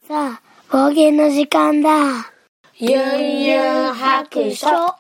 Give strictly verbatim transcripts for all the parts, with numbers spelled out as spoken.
さあ、方言の時間だ。 ゆんゆん白書。よ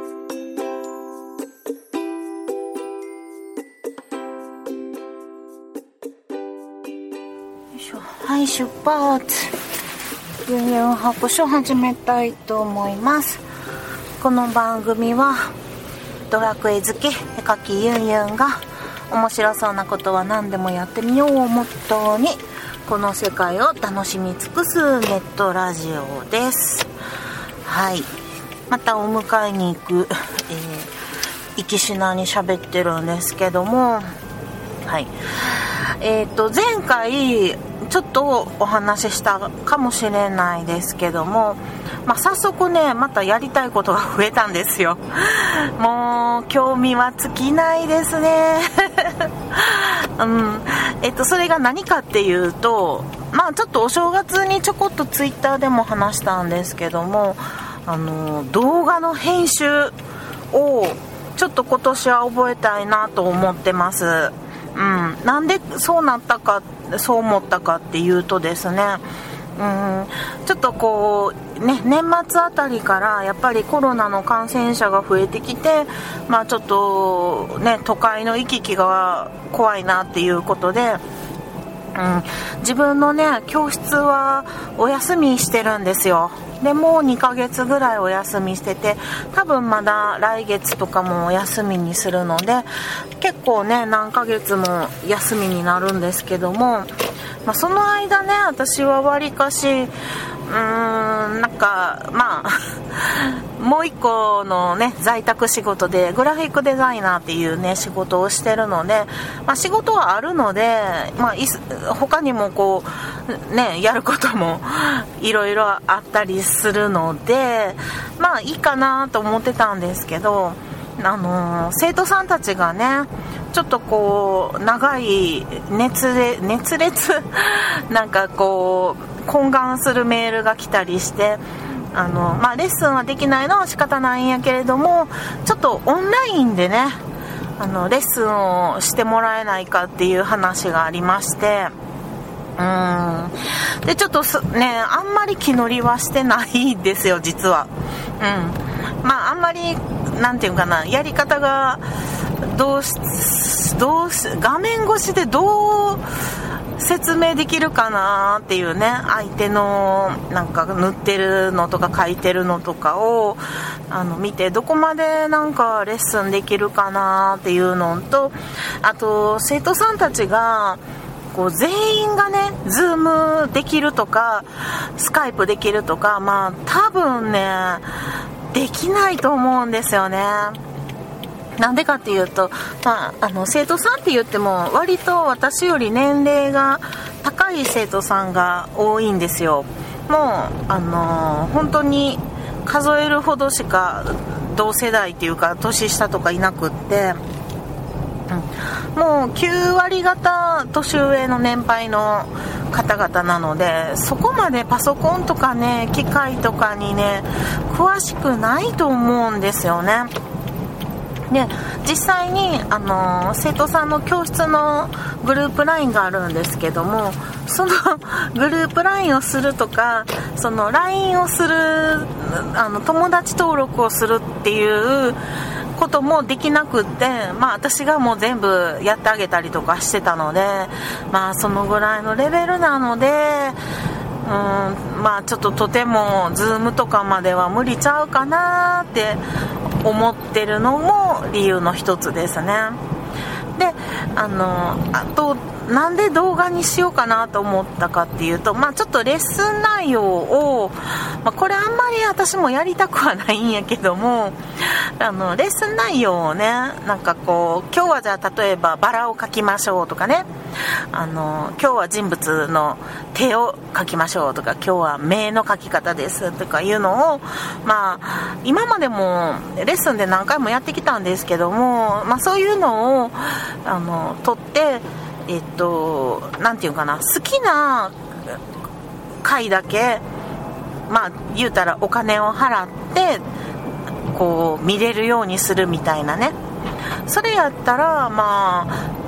いしょ。はい、出発。ゆんゆん白書始めたいと思います。この番組はドラクエ好き絵描きゆんゆんが面白そうなことは何でもやってみようをモットーにこの世界を楽しみ尽くすネットラジオです。はい、またお迎えに行く、えー、行きしなに喋ってるんですけども、はい、えーと前回ちょっとお話ししたかもしれないですけども、まあ、早速ねまたやりたいことが増えたんですよ。もう興味は尽きないですね。うん、えっとそれが何かっていうと、まあちょっとお正月にちょこっとツイッターでも話したんですけども、あの動画の編集をちょっと今年は覚えたいなと思ってます。うん、なんでそうなったかそう思ったかっていうとですね、うん、ちょっとこうね年末あたりからやっぱりコロナの感染者が増えてきて、まあちょっとね都会の行き来が怖いなっていうことで、うん、自分のね教室はお休みしてるんですよ。でもうにかげつぐらいお休みしてて、多分まだ来月とかもお休みにするので結構ね何ヶ月も休みになるんですけども、まあ、その間ね私はわりかしうーんなんかまあもう一個のね在宅仕事でグラフィックデザイナーっていうね仕事をしてるので、まあ、仕事はあるので、まあ、いす他にもこうねやることもいろいろあったりするので、まあいいかなと思ってたんですけど、あのー、生徒さんたちがねちょっとこう長い熱烈熱烈なんかこう懇願するメールが来たりして、あの、まあ、レッスンはできないのは仕方ないんやけれども、ちょっとオンラインでねあのレッスンをしてもらえないかっていう話がありまして、うーんでちょっとねあんまり気乗りはしてないんですよ実は。うん、まああんまりなんていうかなやり方がどうしどうし画面越しでどう説明できるかなっていうね、相手のなんか塗ってるのとか書いてるのとかをあの見てどこまでなんかレッスンできるかなっていうのと、あと生徒さんたちがこう全員がねズームできるとかスカイプできるとか、まあ多分ねできないと思うんですよね。なんでかっていうと、まあ、あの生徒さんって言っても割と私より年齢が高い生徒さんが多いんですよ。もうあのー、本当に数えるほどしか同世代っていうか年下とかいなくって、うん、もうきゅうわり方年上の年配の方々なので、そこまでパソコンとかね機械とかにね詳しくないと思うんですよね。で実際に、あのー、生徒さんの教室のグループ ライン があるんですけども、そのグループ ライン をするとかその ライン をするあの友達登録をするっていうこともできなくって、まあ私がもう全部やってあげたりとかしてたので、まあそのぐらいのレベルなので、うん、まあちょっととてもズームとかまでは無理ちゃうかなって思ってるのも理由の一つですね。で、あのあとなんで動画にしようかなと思ったかっていうと、まあちょっとレッスン内容を、まあ、これあんまり私もやりたくはないんやけども、あのレッスン内容をねなんかこう今日はじゃあ例えばバラを描きましょうとかね、あの今日は人物の手を描きましょうとか、今日は目の描き方ですとかいうのを、まあ今までもレッスンで何回もやってきたんですけども、まあそういうのをあの撮ってえっとなんていうかな、好きな回だけまあ言うたらお金を払ってこう見れるようにするみたいなね。それやったらまあ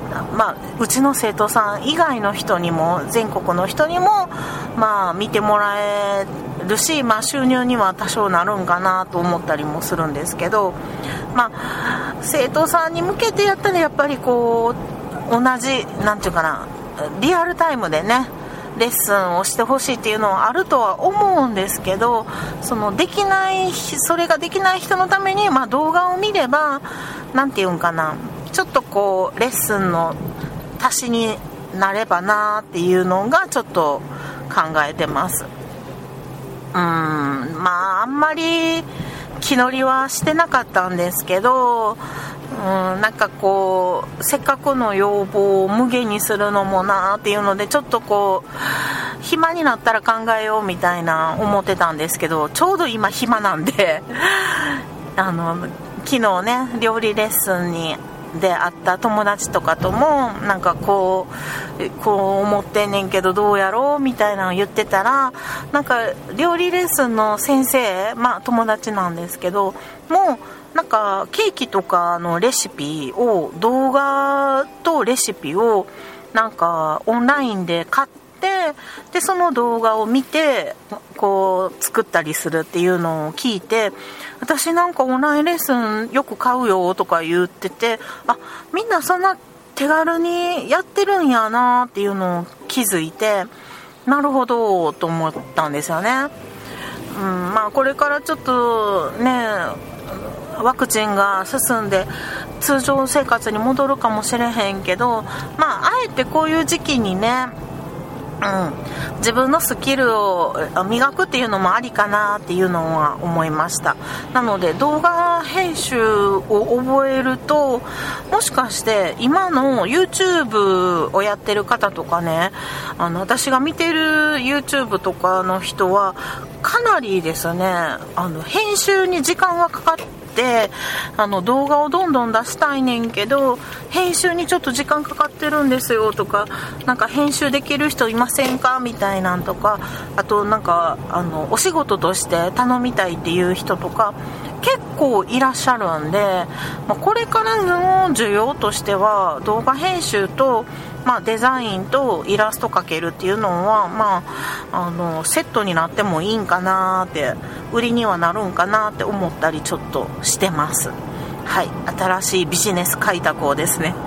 まあ、うちの生徒さん以外の人にも全国の人にも、まあ、見てもらえるし、まあ、収入には多少なるんかなと思ったりもするんですけど、まあ、生徒さんに向けてやったらやっぱりこう同じなんていうかな、リアルタイムでねレッスンをしてほしいっていうのはあるとは思うんですけど、そのできないそれができない人のために、まあ、動画を見ればなんていうんかな、ちょっとこうレッスンの足しになればなっていうのがちょっと考えてます。うーん、まああんまり気乗りはしてなかったんですけど、うん、なんかこうせっかくの要望を無限にするのもなっていうので、ちょっとこう暇になったら考えようみたいな思ってたんですけど、ちょうど今暇なんであの昨日ね料理レッスンにで会った友達とかともなんかこうこう思ってんねんけどどうやろうみたいなのを言ってたら、なんか料理レッスンの先生、まあ友達なんですけどもうなんかケーキとかのレシピを動画とレシピをなんかオンラインで買って、でその動画を見てこう作ったりするっていうのを聞いて、私なんかオンラインレッスンよく買うよとか言ってて、あ、みんなそんな手軽にやってるんやなっていうのを気づいて、なるほどと思ったんですよね。うん、まあこれからちょっとねワクチンが進んで通常生活に戻るかもしれへんけど、まああえてこういう時期にね、うん、自分のスキルを磨くっていうのもありかなっていうのは思いました。なので動画編集を覚えると、もしかして今の YouTube をやってる方とかね、あの私が見てる YouTube とかの人はかなりですね、あの編集に時間がかかってであの動画をどんどん出したいねんけど編集にちょっと時間かかってるんですよとか、なんか編集できる人いませんかみたいなんとか、あとなんかあのお仕事として頼みたいっていう人とか結構いらっしゃるんで、まあ、これからの需要としては動画編集と、まあ、デザインとイラスト描けるっていうのは、まあ、あのセットになってもいいんかなって、売りにはなるんかなって思ったりちょっとしてます。はい、新しいビジネス開拓をですね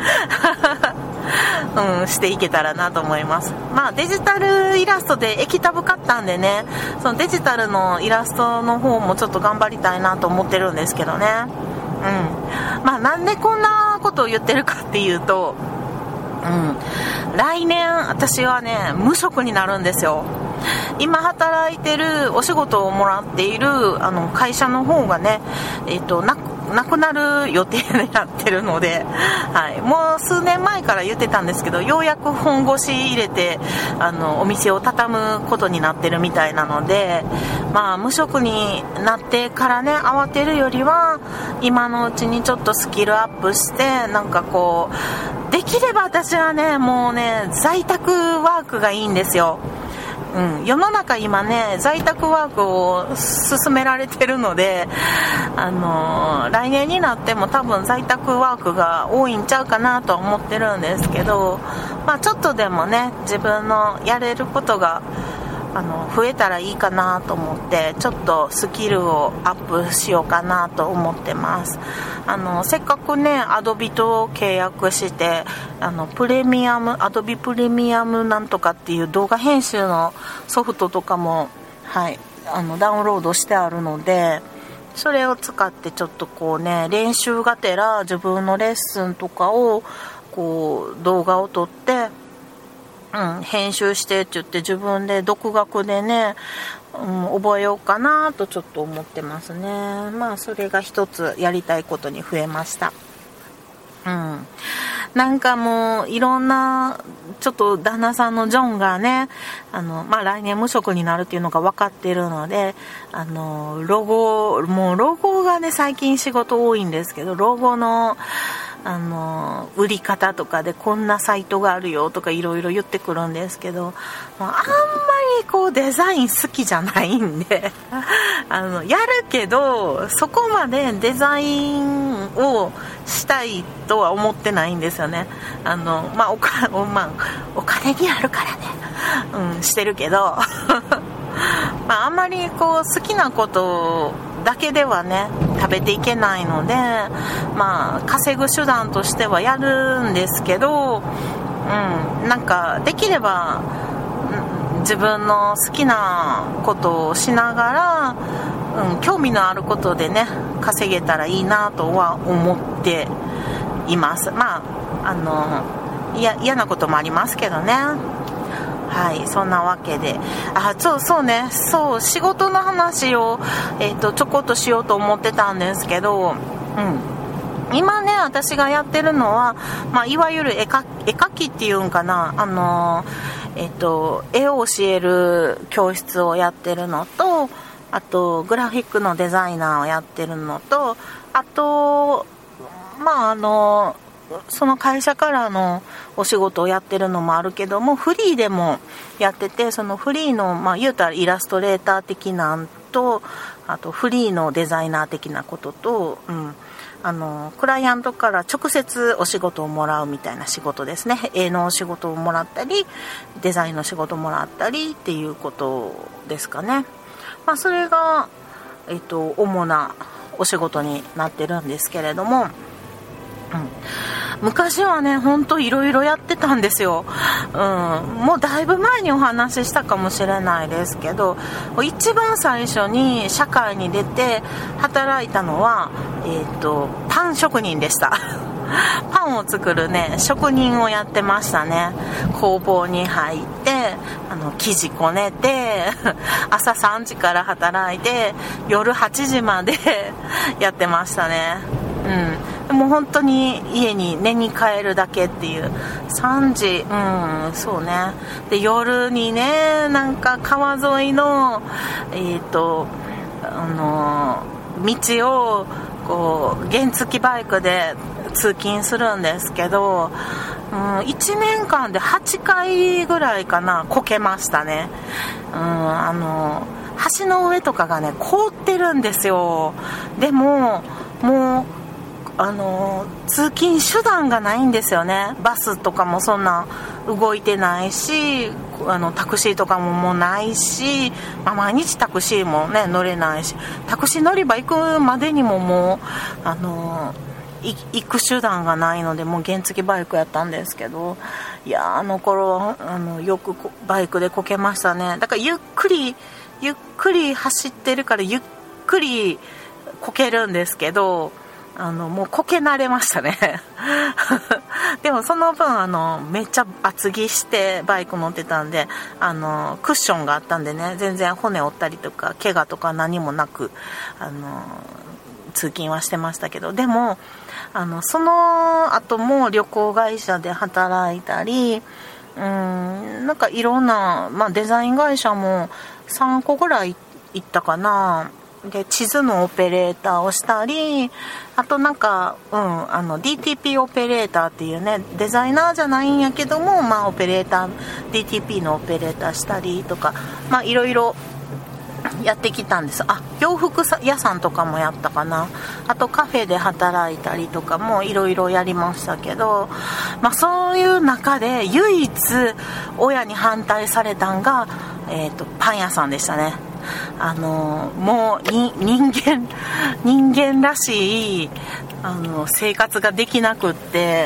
うん、していけたらなと思います。まあデジタルイラストで液タブ買ったんでね、そのデジタルのイラストの方もちょっと頑張りたいなと思ってるんですけどね。うん、まあなんでこんなことを言ってるかっていうと、うん、来年私はね無職になるんですよ。今働いてるお仕事をもらっているあの会社の方がね、えっとななくなる予定になってるので、はい、もう数年前から言ってたんですけど、ようやく本腰入れてあのお店を畳むことになってるみたいなので、まあ無職になってからね慌てるよりは今のうちにちょっとスキルアップして、なんかこうできれば私はねもうね在宅ワークがいいんですよ。うん、世の中今ね在宅ワークを進められてるので、あのー、来年になっても多分在宅ワークが多いんちゃうかなと思ってるんですけど、まあ、ちょっとでもね自分のやれることがあの増えたらいいかなと思ってちょっとスキルをアップしようかなと思ってます。あのせっかくねアドビと契約してあのプレミアムアドビプレミアムなんとかっていう動画編集のソフトとかも、はい、あのダウンロードしてあるので、それを使ってちょっとこうね練習がてら自分のレッスンとかをこう動画を撮ってうん、編集してって言って自分で独学でね、うん、覚えようかなとちょっと思ってますね。まあそれが一つやりたいことに増えました。うん、なんかもういろんなちょっと旦那さんのジョンがねあの、まあ、来年無職になるっていうのが分かってるので、あのロゴもうロゴがね最近仕事多いんですけど、ロゴのあの売り方とかでこんなサイトがあるよとかいろいろ言ってくるんですけど、あんまりこうデザイン好きじゃないんであのやるけどそこまでデザインをしたいとは思ってないんですよね。あの、まあ、おか、まあ、お金にあるからね、うん、してるけどまあ、あんまりこう好きなことだけではね食べていけないので、まあ、稼ぐ手段としてはやるんですけど、うん、なんかできれば、うん、自分の好きなことをしながら、うん、興味のあることでね稼げたらいいなとは思っています。まあ、あの、いや、嫌なこともありますけどね。はい、そんなわけで、あ、そうそうね、そう、仕事の話を、えーと、ちょこっとしようと思ってたんですけど、うん、今ね、私がやってるのは、まあ、いわゆる絵か、絵描きっていうんかな、あの、えーと、絵を教える教室をやってるのと、あと、グラフィックのデザイナーをやってるのと、あと、まあ、あの、その会社からのお仕事をやってるのもあるけども、フリーでもやってて、そのフリーの、まあ、言うたらイラストレーター的なんと、あとフリーのデザイナー的なことと、うん、あのクライアントから直接お仕事をもらうみたいな仕事ですね。絵のお仕事をもらったり、デザインの仕事をもらったりっていうことですかね。まあ、それが、えっと、主なお仕事になってるんですけれども、うん、昔はね、ほんといろいろやってたんですよ、うん、もうだいぶ前にお話ししたかもしれないですけど、一番最初に社会に出て働いたのは、えーと、パン職人でしたパンを作るね、職人をやってましたね。工房に入って、あの生地こねて朝さんじから働いて夜はちじまでやってましたね。うん、でも本当に家に寝に帰るだけっていうさんじ、うん、そうね。で、夜にね、なんか川沿いのえーとあの道をこう原付バイクで通勤するんですけど、うん、いちねんかんではちかいぐらいかな、こけましたね。うん、あの橋の上とかがね凍ってるんですよ。でももうあの通勤手段がないんですよね。バスとかもそんな動いてないし、あのタクシーとかももうないし、まあ、毎日タクシーもね乗れないし、タクシー乗り場行くまでにももうあの行く手段がないので、もう原付バイクやったんですけど、いや、あの頃はあのよくバイクでこけましたね。だからゆっくりゆっくり走ってるからゆっくりこけるんですけど、あのもうこけ慣れましたねでもその分あのめっちゃ厚着してバイク乗ってたんで、あのクッションがあったんでね、全然骨折ったりとか怪我とか何もなくあの通勤はしてましたけど、でもあのその後も旅行会社で働いたり、うーんなんかいろんな、まあ、デザイン会社もさんこぐらい行ったかな。で、地図のオペレーターをしたり、あとなんか、うん、あの ディーティーピー オペレーターっていうね、デザイナーじゃないんやけども、まあオペレーター ディーティーピー のオペレーターしたりとか、まあいろいろやってきたんです。あ、洋服屋さんとかもやったかな。あとカフェで働いたりとかもいろいろやりましたけど、まあそういう中で唯一親に反対されたんが、えーと、パン屋さんでしたね。あのもうに人間人間らしいあの生活ができなくって、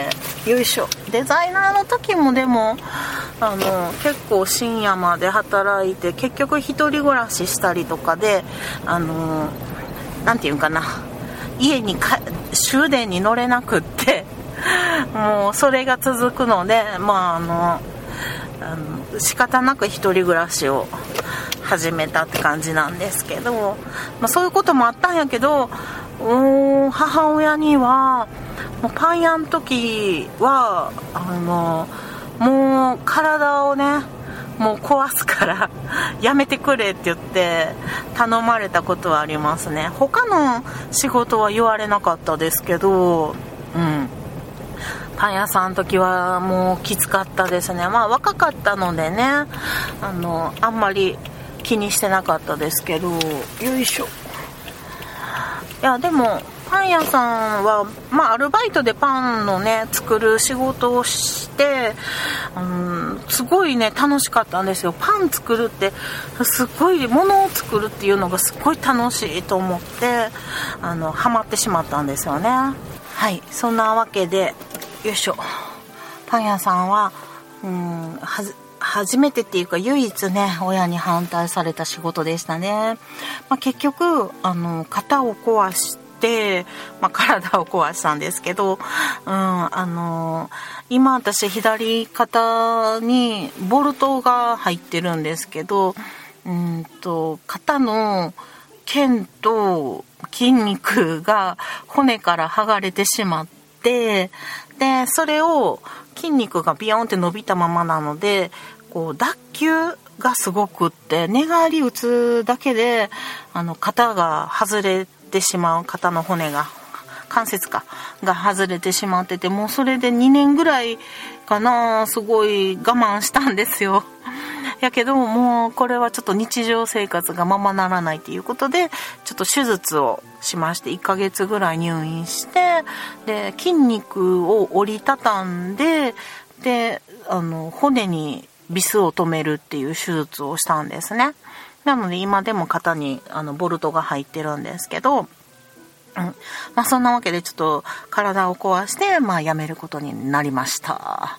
よいしょ。デザイナーの時もでもあの結構深夜まで働いて、結局一人暮らししたりとかで、あのなんていうかな、家にか終電に乗れなくってもうそれが続くので、まああのあの仕方なく一人暮らしを始めたって感じなんですけど、まあ、そういうこともあったんやけど、お母親にはもうパン屋の時はあのもう体をねもう壊すからやめてくれって言って頼まれたことはありますね。他の仕事は言われなかったですけど、うんパン屋さんの時はもうきつかったですね。まあ若かったのでね、あのあんまり気にしてなかったですけど、よいしょ。いやでもパパン屋さんは、まあ、アルバイトでパンのね作る仕事をして、うん、すごいね楽しかったんですよ。パン作るってすごい、物を作るっていうのがすごい楽しいと思って、あのハマってしまったんですよね。はい、そんなわけで、よいしょ、パン屋さんは、うん、はず初めてっていうか唯一ね親に反対された仕事でしたね。まあ、結局あの肩を壊して、まあ、体を壊したんですけど、うん、あの今私左肩にボルトが入ってるんですけど、うんと肩の腱と筋肉が骨から剥がれてしまって、でそれを筋肉がビヨンって伸びたままなので、こう脱臼がすごくって、寝返り打つだけであの肩が外れてしまう、肩の骨が関節かが外れてしまってて、もうそれでにねんぐらいかな、すごい我慢したんですよ。やけどもうこれはちょっと日常生活がままならないということで、ちょっと手術をしましていっかげつぐらい入院して、で筋肉を折りたたんで、であの骨にビスを止めるっていう手術をしたんですね。なので今でも肩にあのボルトが入ってるんですけど、うん、まあそんなわけでちょっと体を壊して、まあ辞めることになりました。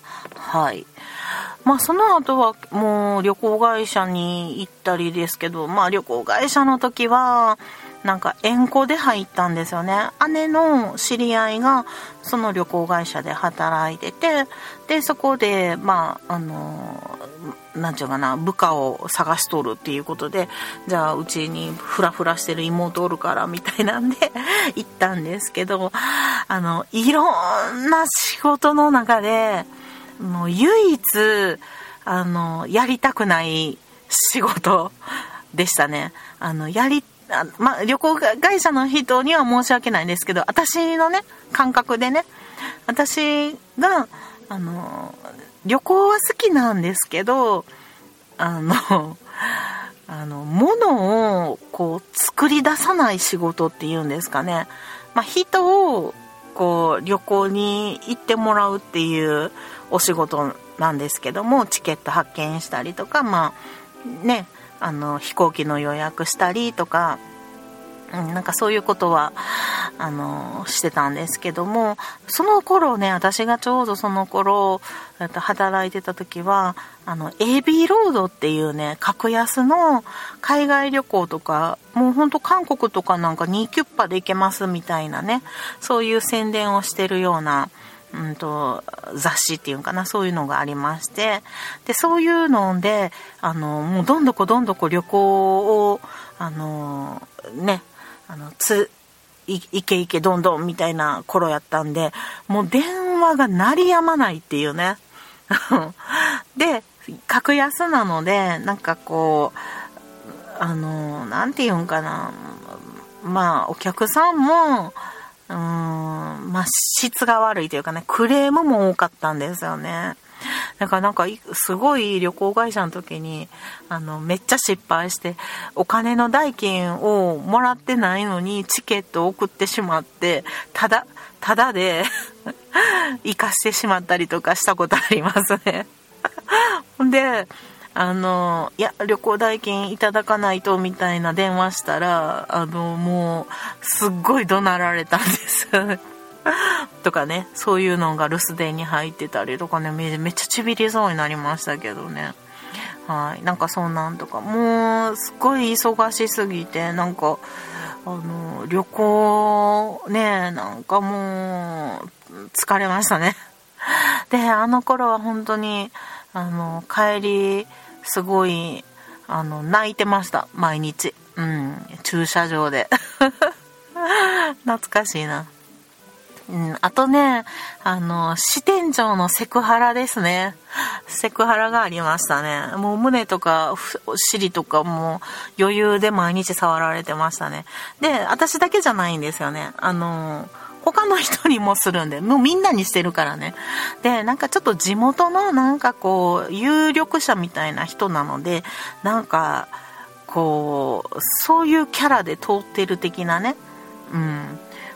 はい。まあその後はもう旅行会社に行ったりですけど、まあ旅行会社の時はなんか縁故で入ったんですよね。姉の知り合いがその旅行会社で働いてて、でそこでまああのなんていうかな、部下を探しとるっていうことで、じゃあうちにフラフラしてる妹おるからみたいなんで行ったんですけど、あのいろんな仕事の中でもう唯一あのやりたくない仕事でしたね。あのやりあまあ、旅行会社の人には申し訳ないんですけど、私のね感覚でね、私があの旅行は好きなんですけど、あのあの物をこう作り出さない仕事っていうんですかね、まあ、人をこう旅行に行ってもらうっていうお仕事なんですけども、チケット発券したりとか、まあね、あの飛行機の予約したりとか、うん、なんかそういうことはあのしてたんですけども、その頃ね、私がちょうどその頃働いてた時はあの エービー ロードっていうね格安の海外旅行とか、もうほんと韓国とかなんかにキュッパで行けますみたいなね、そういう宣伝をしてるようなうんと雑誌っていうかな、そういうのがありまして、でそういうのであのもうどんどこどんどこ旅行をあのねあのついいけいけどんどんみたいな頃やったんで、もう電話が鳴りやまないっていうねで格安なので、なんかこうあのなんていうんかな、まあお客さんもうーんまあ質が悪いというかね、クレームも多かったんですよね。だからなんかすごい旅行会社の時にあのめっちゃ失敗して、お金の代金をもらってないのにチケットを送ってしまって、ただただで行かしてしまったりとかしたことありますねであのいや旅行代金いただかないとみたいな電話したら、あのもうすっごい怒鳴られたんですとかね、そういうのが留守電に入ってたりとかね、め, めっちゃちびりそうになりましたけどね。はい、なんかそんなんとか、もうすっごい忙しすぎて、なんかあの旅行ね、なんかもう疲れましたねであの頃は本当にあの帰りすごいあの泣いてました、毎日、うん、駐車場で懐かしいな。うん、あとね、あの支店長のセクハラですね。セクハラがありましたね。もう胸とかお尻とかも余裕で毎日触られてましたね。で、私だけじゃないんですよね。あの他の人にもするんで、もうみんなにしてるからね。で、なんかちょっと地元のなんかこう有力者みたいな人なので、なんかこうそういうキャラで通ってる的なね。うん。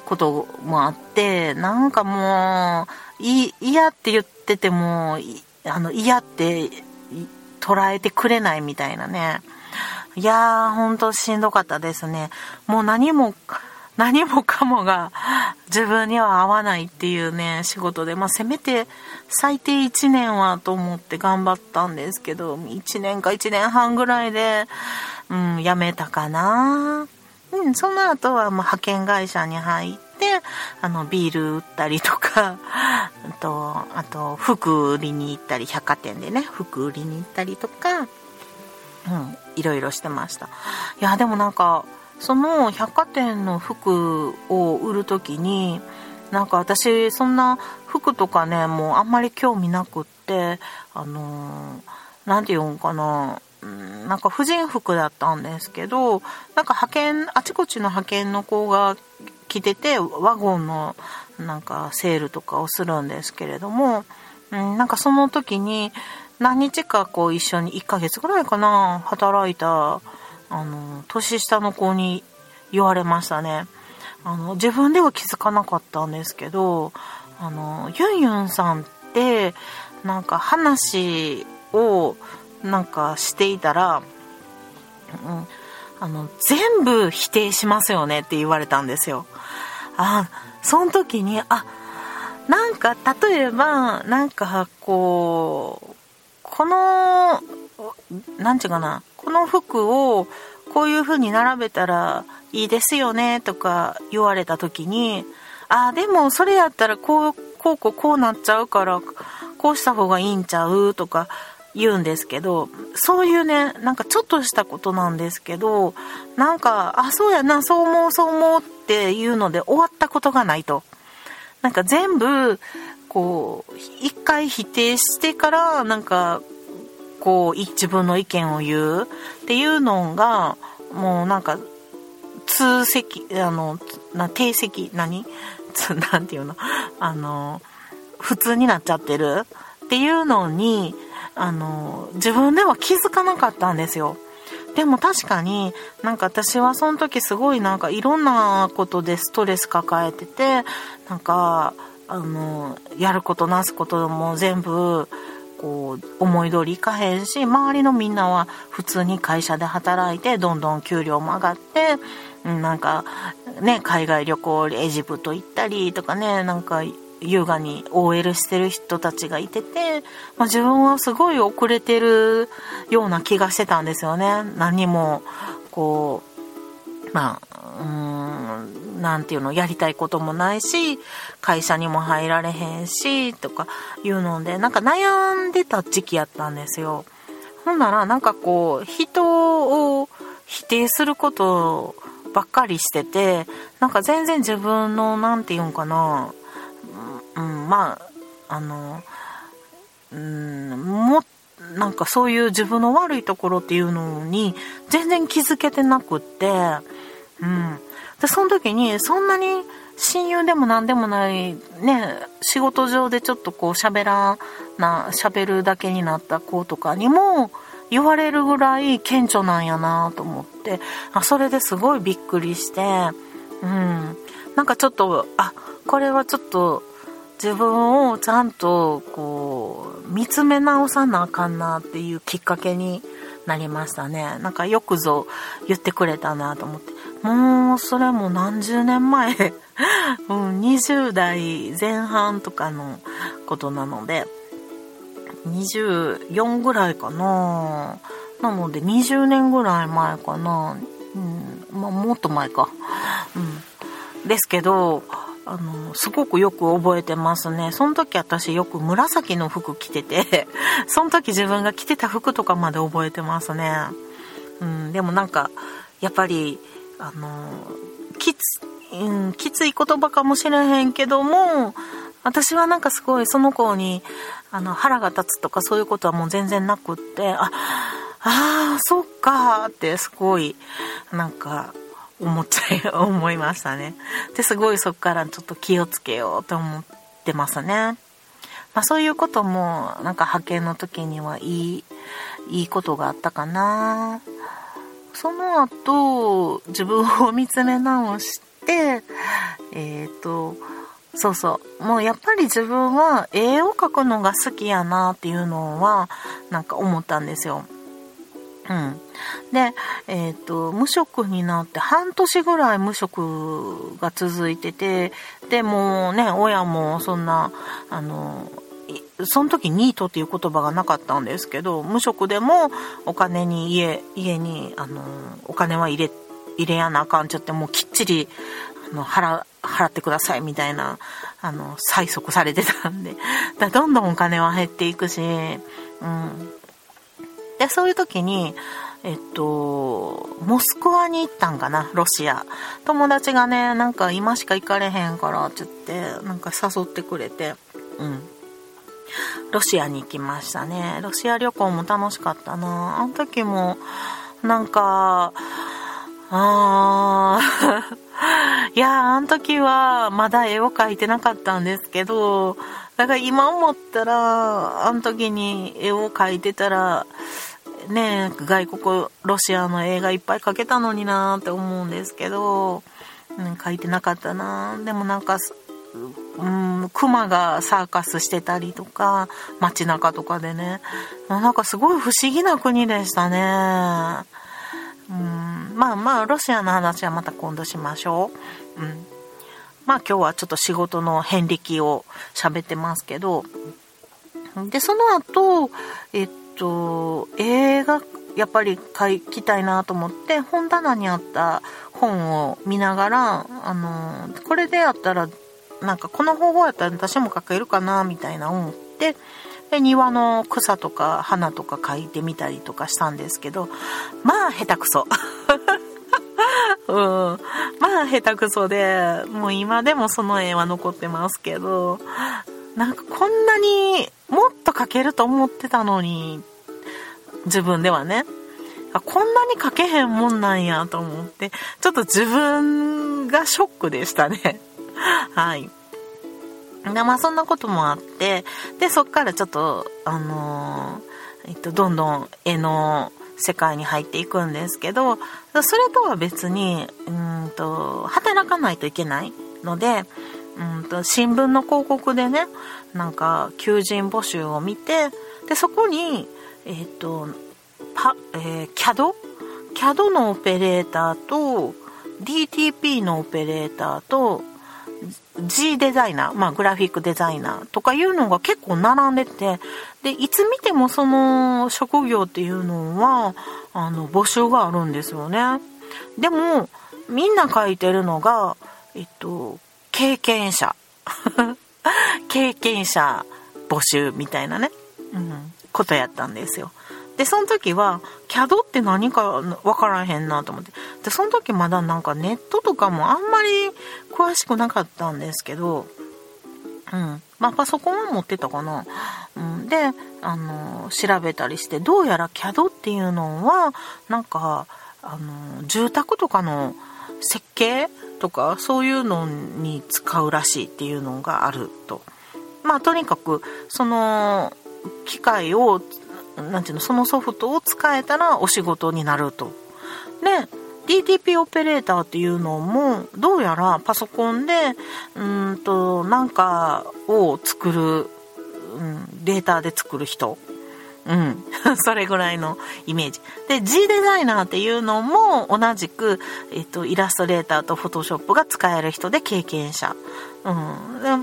こともあって、なんかもうい嫌って言っててもあの嫌って捉えてくれないみたいなね。いやーほんとしんどかったですね。もう何も何もかもが自分には合わないっていうね仕事で、まあせめて最低いちねんはと思って頑張ったんですけど、いちねんかいちねんはんぐらいで、うん、辞めたかな。うん、その後はもう派遣会社に入って、あのビール売ったりとか、あとあと服売りに行ったり、百貨店でね服売りに行ったりとか、うん、いろいろしてました。いやでもなんかその百貨店の服を売るときに、なんか私そんな服とかねもうあんまり興味なくって、あのー、なんて言うんかな、なんか婦人服だったんですけど、なんか派遣あちこちの派遣の子が着ててワゴンのなんかセールとかをするんですけれども、うん、なんかその時に何日かこう一緒にいっかげつぐらいかな働いたあの年下の子に言われましたね。あの自分では気づかなかったんですけど、あのユンユンさんってなんか話をなんかしていたら、うん、あの全部否定しますよねって言われたんですよ。あ、その時にあなんか例えばなんかこうこのなんていうかな、この服をこういう風に並べたらいいですよねとか言われた時に、あでもそれやったらこうこうこうこうなっちゃうからこうした方がいいんちゃうとか言うんですけど、そういうねなんかちょっとしたことなんですけど、なんかあそうやなそう思うそう思うっていうので終わったことがないと、なんか全部こう一回否定してからなんかこう自分の意見を言うっていうのがもうなんか通席あのな定席何なんていうのあの普通になっちゃってるっていうのにあの自分では気づかなかったんですよ。でも確かになんか私はその時すごいなんかいろんなことでストレス抱えてて、なんかあのやることなすことも全部こう思い通りいかへんし、周りのみんなは普通に会社で働いてどんどん給料も上がって、なんかね海外旅行エジプト行ったりとかね、なんか優雅に オーエル してる人たちがいてて、まあ、自分はすごい遅れてるような気がしてたんですよね。何もこうまあうーんなんていうのやりたいこともないし会社にも入られへんしとかいうのでなんか悩んでた時期やったんですよ。ほんならなんかこう人を否定することばっかりしてて、なんか全然自分のなんていうんかな、うん、まああのうんもなんかそういう自分の悪いところっていうのに全然気づけてなくって、うん、でその時にそんなに親友でもなんでもないね仕事上でちょっとこう喋らな喋るだけになった子とかにも言われるぐらい顕著なんやなと思って、あそれですごいびっくりして、うん、なんかちょっとあこれはちょっと自分をちゃんとこう見つめ直さなあかんなっていうきっかけになりましたね。なんかよくぞ言ってくれたなと思って、もうそれも何十年前、うん、にじゅう代前半とかのことなのでにじゅうよんぐらいかな、なのでにじゅうねんぐらい前かな、うん、まあもっと前か、うん、ですけどあのすごくよく覚えてますね。その時私よく紫の服着ててその時自分が着てた服とかまで覚えてますね、うん、でもなんかやっぱりあのきつ、うん、きつい言葉かもしれへんけども私はなんかすごいその子にあの腹が立つとかそういうことはもう全然なくって、ああそっかってすごいなんか思っちゃい思いましたね。ですごいそっからちょっと気をつけようと思ってますね。まあそういうこともなんか派遣の時にはいいいいことがあったかな。その後自分を見つめ直して、えっと、そうそう。もうやっぱり自分は絵を描くのが好きやなっていうのは、なんか思ったんですよ。うん。で、えっと、無職になって半年ぐらい無職が続いてて、で、もうね、親もそんな、あの、その時ニートっていう言葉がなかったんですけど、無職でもお金に家、家に、あの、お金は入れ、入れやなあかんちゃって、もうきっちり、あの、払、払ってくださいみたいな、あの、催促されてたんで、だどんどんお金は減っていくし、うん。で、そういう時に、えっと、モスクワに行ったんかな、ロシア。友達がね、なんか今しか行かれへんからって言って、なんか誘ってくれて、うん。ロシアに行きましたね。ロシア旅行も楽しかったな。あの時も、なんか、あーいやー、あの時はまだ絵を描いてなかったんですけど、だから今思ったら、あの時に絵を描いてたら、ねえ、外国、ロシアの映画いっぱい描けたのになーって思うんですけど、うん、描いてなかったな。でもなんか、うん、クマがサーカスしてたりとか、街中とかでね、なんかすごい不思議な国でしたね。うん、まあまあロシアの話はまた今度しましょう。うん、まあ今日はちょっと仕事の遍歴を喋ってますけど、でその後えっと映画やっぱり書きたいなと思って本棚にあった本を見ながら、あのこれでやったらなんかこの方法やったら私も書けるかなみたいな思って。で庭の草とか花とか描いてみたりとかしたんですけど、まあ下手くそ、うん、まあ下手くそで、もう今でもその絵は残ってますけど、なんかこんなにもっと描けると思ってたのに、自分ではね、こんなに描けへんもんなんやと思って、ちょっと自分がショックでしたね。はい。でまあそんなこともあって、でそっからちょっとあのー、えっとどんどん絵の世界に入っていくんですけど、それとは別にうんと働かないといけないので、うんと新聞の広告でね、なんか求人募集を見て、でそこにえっとパ、えー、キャド キャド のオペレーターと ディーティーピー のオペレーターとG デザイナー、まあグラフィックデザイナーとかいうのが結構並んでて、でいつ見てもその職業っていうのはあの募集があるんですよね。でもみんな書いてるのがえっと経験者経験者募集みたいなね、うん、ことやったんですよ。でその時は キャド って何かわからへんなと思って、でその時まだなんかネットとかもあんまり詳しくなかったんですけど、うんまあパソコンは持ってたかな、うん、であの調べたりして、どうやら キャド っていうのはなんかあの住宅とかの設計とかそういうのに使うらしいっていうのがあると。まあとにかくその機械をなんていうの、そのソフトを使えたらお仕事になると。で ディーティーピー オペレーターっていうのもどうやらパソコンでうーんとなんかを作る、うん、データで作る人、うんそれぐらいのイメージで、 G デザイナーっていうのも同じく、えっと、イラストレーターとフォトショップが使える人で経験者、うん、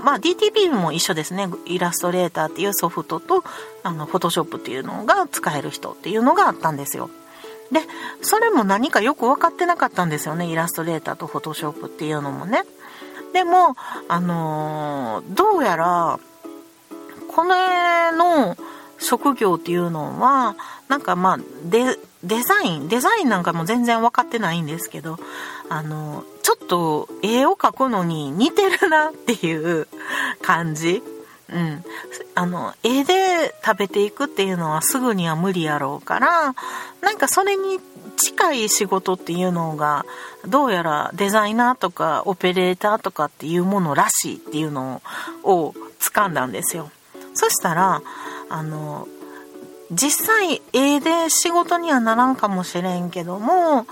まあ ディーティーピー も一緒ですね。イラストレーターっていうソフトとあのフォトショップっていうのが使える人っていうのがあったんですよ。でそれも何かよく分かってなかったんですよね、イラストレーターとフォトショップっていうのもね。でもあのー、どうやらこれの職業っていうのはなんかまあデ、デザインデザインなんかも全然分かってないんですけど、あのちょっと絵を描くのに似てるなっていう感じ、うん、あの絵で食べていくっていうのはすぐには無理やろうから、なんかそれに近い仕事っていうのがどうやらデザイナーとかオペレーターとかっていうものらしいっていうのを掴んだんですよ。そしたらあの実際絵で仕事にはならんかもしれんけども、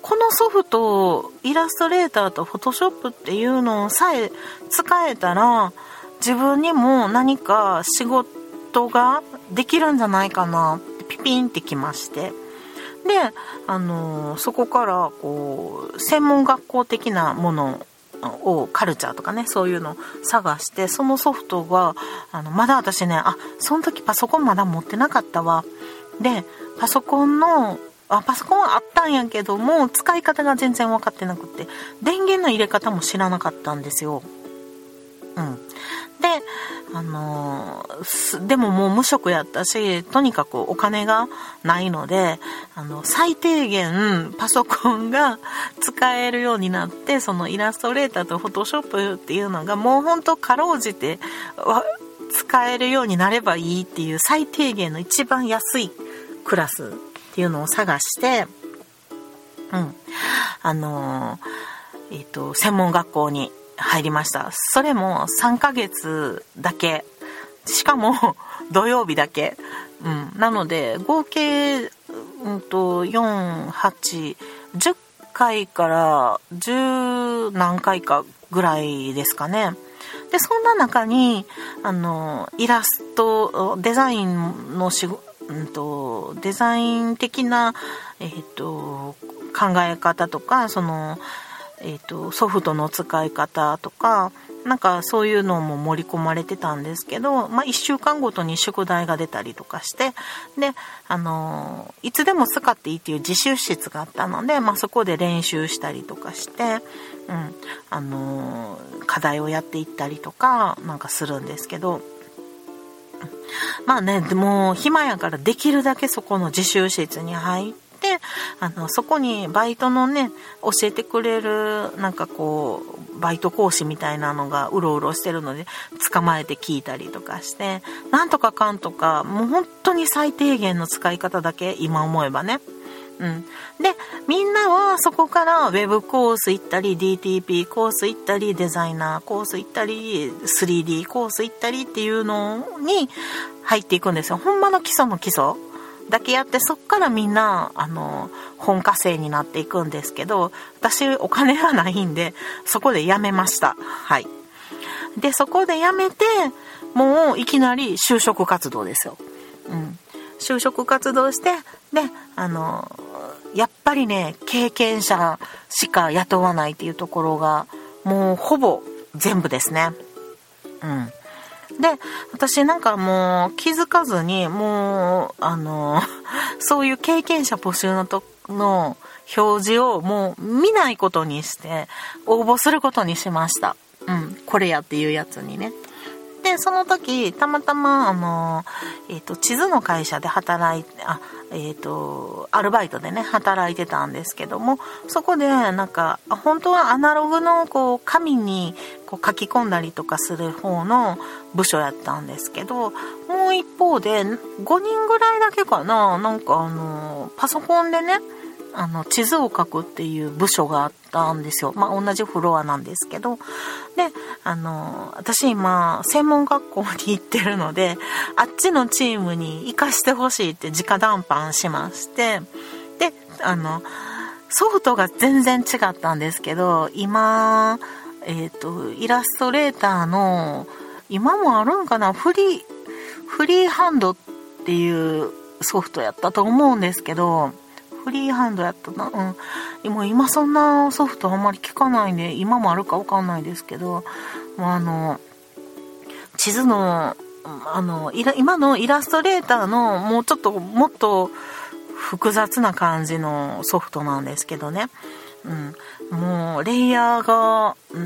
このソフト、イラストレーターとフォトショップっていうのさえ使えたら、自分にも何か仕事ができるんじゃないかなってピピンってきまして。で、あのー、そこからこう専門学校的なものをカルチャーとかね、そういうのを探して、そのソフトがあのまだ私ね、あ、その時パソコンまだ持ってなかったわ。で、パソコンのあパソコンはあったんやけども、使い方が全然分かってなくて、電源の入れ方も知らなかったんですよ。うん。で、あのー、でももう無職やったし、とにかくお金がないので、あの、最低限パソコンが使えるようになって、そのイラストレーターとフォトショップっていうのがもうほんとかろうじて使えるようになればいいっていう最低限の一番安いクラスっていうのを探して、うん。あのー、えっと、専門学校に入りました。それもさんかげつだけ。しかも土曜日だけ。うん。なので、合計、うんと、よん、はち、じゅっかいからじゅう何回かぐらいですかね。で、そんな中に、あの、イラスト、デザインの仕事、うんと、デザイン的な、えっと、考え方とか、その、えっと、ソフトの使い方とか、なんかそういうのも盛り込まれてたんですけど、まあいっしゅうかんごとに宿題が出たりとかして、で、あの、いつでも使っていいっていう自習室があったので、まあそこで練習したりとかして、うん、あの、課題をやっていったりとか、なんかするんですけど、まあね、もう暇やからできるだけそこの自習室に入って、で、あの、そこにバイトのね、教えてくれる、なんかこう、バイト講師みたいなのがうろうろしてるので、捕まえて聞いたりとかして、なんとかかんとか、もう本当に最低限の使い方だけ、今思えばね。うん。で、みんなはそこからウェブコース行ったり、ディーティーピー コース行ったり、デザイナーコース行ったり、スリーディー コース行ったりっていうのに入っていくんですよ。ほんまの基礎の基礎だけやって、そっからみんな、あの、本科生になっていくんですけど、私お金がないんで、そこで辞めました。はい。で、そこで辞めて、もういきなり就職活動ですよ。うん。就職活動して、で、あの、やっぱりね、経験者しか雇わないっていうところが、もうほぼ全部ですね。うん。で、私なんかもう気づかずに、もう、あの、そういう経験者募集のと、の表示をもう見ないことにして、応募することにしました。うん、これやっていうやつにね。で、その時、たまたま、あの、えっと、地図の会社で働いて、あ、えっと、アルバイトでね、働いてたんですけども、そこで、なんか、本当はアナログの、こう、紙に、こう、書き込んだりとかする方の部署やったんですけど、もう一方で、ごにんぐらいだけかな、なんか、あの、パソコンでね、あの、地図を書くっていう部署があったんですよ。まあ、同じフロアなんですけど。で、あの、私今、専門学校に行ってるので、あっちのチームに行かしてほしいって直談判しまして、で、あの、ソフトが全然違ったんですけど、今、えっと、イラストレーターの、今もあるんかな、フリー、フリーハンドっていうソフトやったと思うんですけど、フリーハンドやったな。うん。もう今そんなソフトあんまり聞かないんで、今もあるかわかんないですけど、もうあの、地図の、あの、今のイラストレーターのもうちょっともっと複雑な感じのソフトなんですけどね。うん。もうレイヤーが、うん、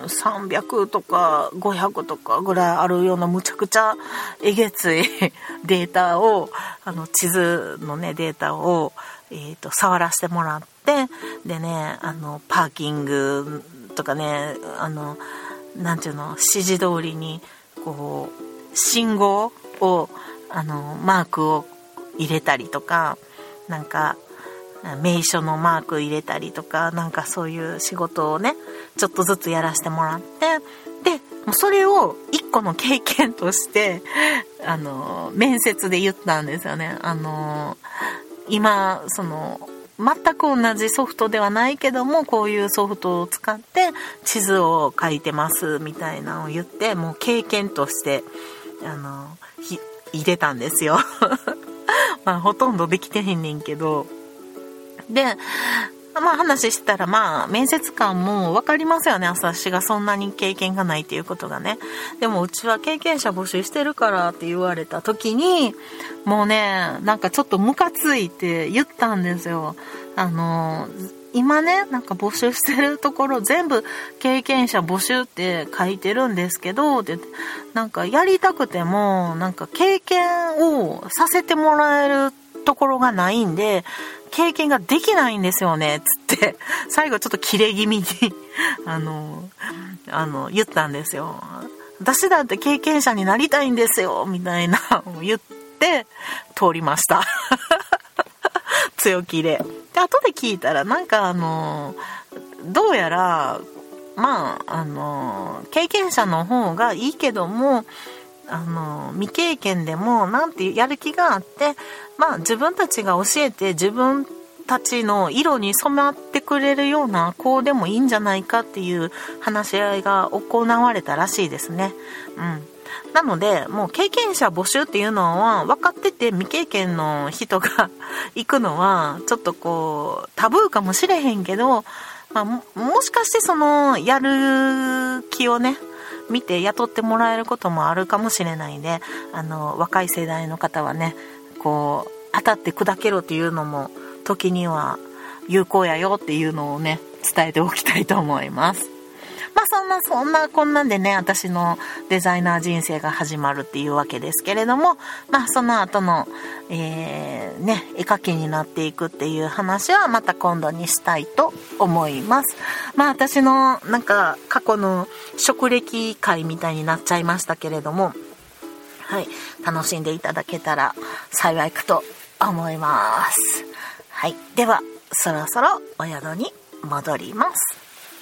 さんびゃくとかごひゃくとかぐらいあるようなむちゃくちゃえげついデータを、あの地図のね、データを、えーと、触らせてもらって、でね、あの、パーキングとかね、あの、なんていうの、指示通りに、こう、信号を、あの、マークを入れたりとか、なんか、名所のマーク入れたりとか、なんかそういう仕事をね、ちょっとずつやらせてもらって、で、もうそれを一個の経験として、あの、面接で言ったんですよね。あの、今、その、 全く同じソフトではないけども、こういうソフトを使って地図を書いてますみたいなのを言って、もう経験としてあのひ入れたんですよまあほとんどできてへんねんけど、でまあ話したら、まあ面接官も分かりますよね、私がそんなに経験がないっていうことがね。でもうちは経験者募集してるからって言われた時に、もうね、なんかちょっとムカついて言ったんですよ。あの今ね、なんか募集してるところ全部経験者募集って書いてるんですけど、でなんかやりたくてもなんか経験をさせてもらえるところがないんで、経験ができないんですよねつって最後ちょっとキレ気味にあのあの言ったんですよ。私だって経験者になりたいんですよみたいな言って通りました強気で。で後で聞いたら、なんかあのどうやらまああの経験者の方がいいけども、あの未経験でもなんてやる気があって、まあ自分たちが教えて自分たちの色に染まってくれるような子でもいいんじゃないかっていう話し合いが行われたらしいですね。うん。なのでもう経験者募集っていうのは分かってて、未経験の人が行くのはちょっとこうタブーかもしれへんけど、まあ、も, もしかしてそのやる気をね見て雇ってもらえることもあるかもしれないんで、あの若い世代の方はね、こう当たって砕けろっていうのも時には有効やよっていうのをね伝えておきたいと思います。まあそんなそんなこんなんでね、私のデザイナー人生が始まるっていうわけですけれども、まあその後の、えー、ね絵描きになっていくっていう話はまた今度にしたいと思います。まあ私のなんか過去の職歴会みたいになっちゃいましたけれども、はい、楽しんでいただけたら幸いかと思います。はい、ではそろそろお宿に戻ります。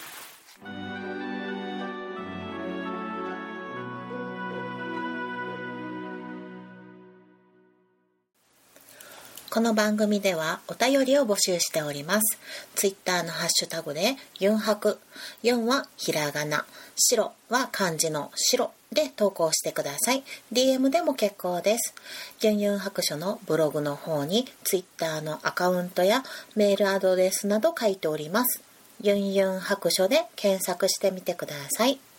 この番組ではお便りを募集しております。ツイッターのハッシュタグでユンハク、ユンはひらがな、白は漢字の白で投稿してください。ディーエム でも結構です。ユンユン白書のブログの方にツイッターのアカウントやメールアドレスなど書いております。ユンユン白書で検索してみてください。